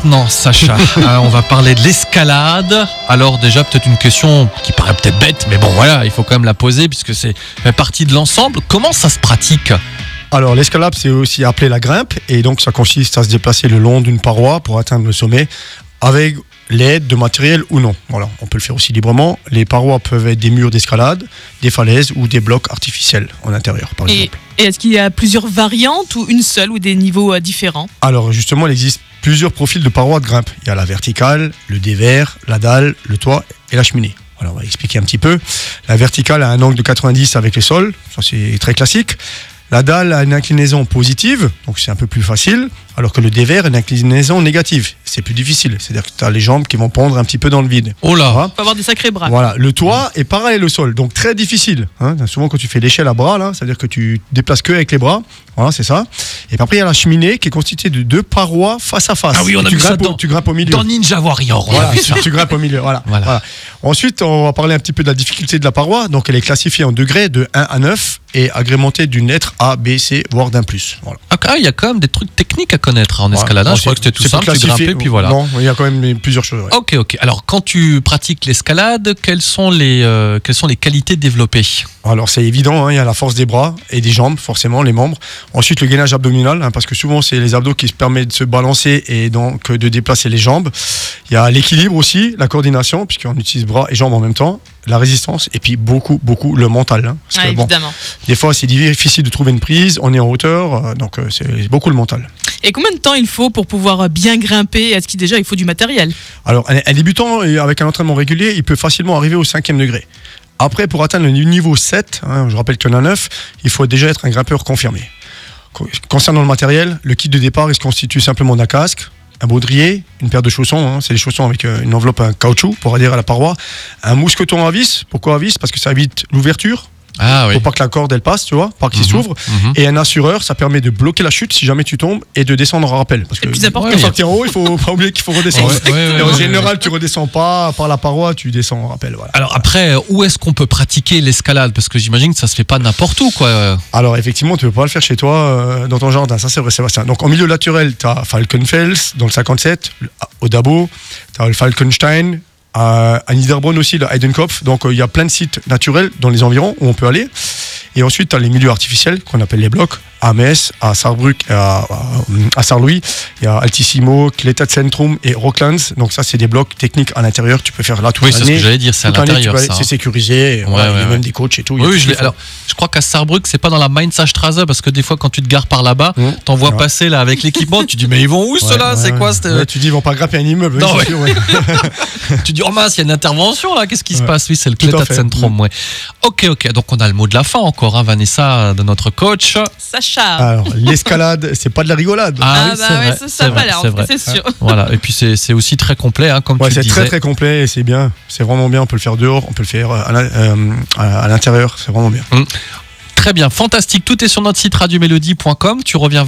maintenant, Sacha, on va parler de l'escalade. Alors déjà, peut-être une question qui paraît peut-être bête, mais bon voilà, il faut quand même la poser puisque c'est partie de l'ensemble. Comment ça se pratique ? Alors l'escalade, c'est aussi appelé la grimpe, et donc ça consiste à se déplacer le long d'une paroi pour atteindre le sommet avec l'aide de matériel ou non. Voilà, on peut le faire aussi librement. Les parois peuvent être des murs d'escalade, des falaises ou des blocs artificiels en intérieur, par exemple. Et est-ce qu'il y a plusieurs variantes ou une seule ou des niveaux différents ? Alors justement, il existe plusieurs profils de parois de grimpe. Il y a la verticale, le dévers, la dalle, le toit et la cheminée. Alors on va expliquer un petit peu. La verticale a un angle de 90 avec le sol, ça c'est très classique. La dalle a une inclinaison positive, donc c'est un peu plus facile, alors que le dévers a une inclinaison négative. C'est plus difficile, c'est-à-dire que tu as les jambes qui vont pendre un petit peu dans le vide. Oh là, il faut avoir des sacrés bras. Voilà, le toit est parallèle au sol, donc très difficile. Souvent quand tu fais l'échelle à bras, là, c'est-à-dire que tu déplaces que avec les bras. Voilà, c'est ça. Et puis après il y a la cheminée qui est constituée de deux parois face à face. Ah oui, on a vu ça tu grimpes au milieu. Dans Ninja Warrior. Voilà, tu grimpes au milieu. Voilà. Ensuite, on va parler un petit peu de la difficulté de la paroi. Donc elle est classifiée en degrés de 1 à 9 et agrémentée d'une lettre A, B, C, voire d'un plus. Voilà. Ah, il y a quand même des trucs techniques à connaître en escalade. Je crois que c'était tout simple, tu grimpais, puis voilà. Non, il y a quand même plusieurs choses. Ouais. Ok. Alors, quand tu pratiques l'escalade, quelles sont les qualités développées ? Alors, c'est évident, il y a la force des bras et des jambes, forcément, les membres. Ensuite, le gainage abdominal, parce que souvent, c'est les abdos qui se permettent de se balancer et donc de déplacer les jambes. Il y a l'équilibre aussi, la coordination, puisqu'on utilise bras et jambes en même temps. La résistance et puis beaucoup le mental. Parce que, évidemment. Des fois, c'est difficile de trouver une prise, on est en hauteur, donc c'est beaucoup le mental. Et combien de temps il faut pour pouvoir bien grimper ? Est-ce qu'il déjà il faut du matériel ? Alors, un débutant, avec un entraînement régulier, il peut facilement arriver au 5e degré. Après, pour atteindre le niveau 7, je rappelle qu'il y en a 9, il faut déjà être un grimpeur confirmé. Concernant le matériel, le kit de départ, il se constitue simplement d'un casque, un baudrier, une paire de chaussons, c'est des chaussons avec une enveloppe en caoutchouc pour adhérer à la paroi, un mousqueton à vis. Pourquoi à vis ? Parce que ça évite l'ouverture. Ah oui. Pour pas que la corde elle passe, tu vois, pas qu'il s'ouvre. Et un assureur, ça permet de bloquer la chute si jamais tu tombes et de descendre en rappel. Parce que plus important, quand tu es en haut, il faut pas oublier qu'il faut redescendre. En général, tu redescends pas par la paroi, tu descends en rappel. Voilà. Alors après, où est-ce qu'on peut pratiquer l'escalade ? Parce que j'imagine que ça se fait pas n'importe où, quoi. Alors effectivement, tu peux pas le faire chez toi, dans ton jardin. Ça c'est vrai, Sébastien. Donc en milieu naturel, tu as Falkenfels dans le 57, au Dabo, tu as le Falkenstein. À Niederbronn aussi, le Heidenkopf. Donc il y a plein de sites naturels dans les environs où on peut aller. Et ensuite, tu as les milieux artificiels qu'on appelle les blocs. À Metz, à Saarbrück, à Saarlouis, il y a Altissimo, Klettazentrum et Rocklands. Donc ça, c'est des blocs techniques à l'intérieur. Tu peux faire là toute l'année. Oui, c'est ce que j'allais dire, c'est à l'intérieur. C'est sécurisé. Il y a même des coachs et tout. Oui, je crois qu'à Saarbrück, c'est pas dans la Mainzer-Straße parce que des fois, quand tu te gares par là-bas, t'en vois passer là avec l'équipement. Tu dis, mais ils vont où ceux-là ? C'est quoi tu dis, ils vont pas grimper un immeuble. Non, tu dis, oh mince, il y a une intervention là. Qu'est-ce qui se passe ? Oui, c'est le Klettazentrum. Ok. Donc on a le mot de la fin encore, Vanessa, de notre coach. Sacha. Alors, l'escalade, c'est pas de la rigolade. Ça va l'air, c'est sûr. Voilà, et puis c'est aussi très complet, comme tu disais. C'est très très complet et c'est bien. C'est vraiment bien. On peut le faire dehors, on peut le faire à l'intérieur. C'est vraiment bien. Très bien, fantastique. Tout est sur notre site radiomélodie.com. Tu reviens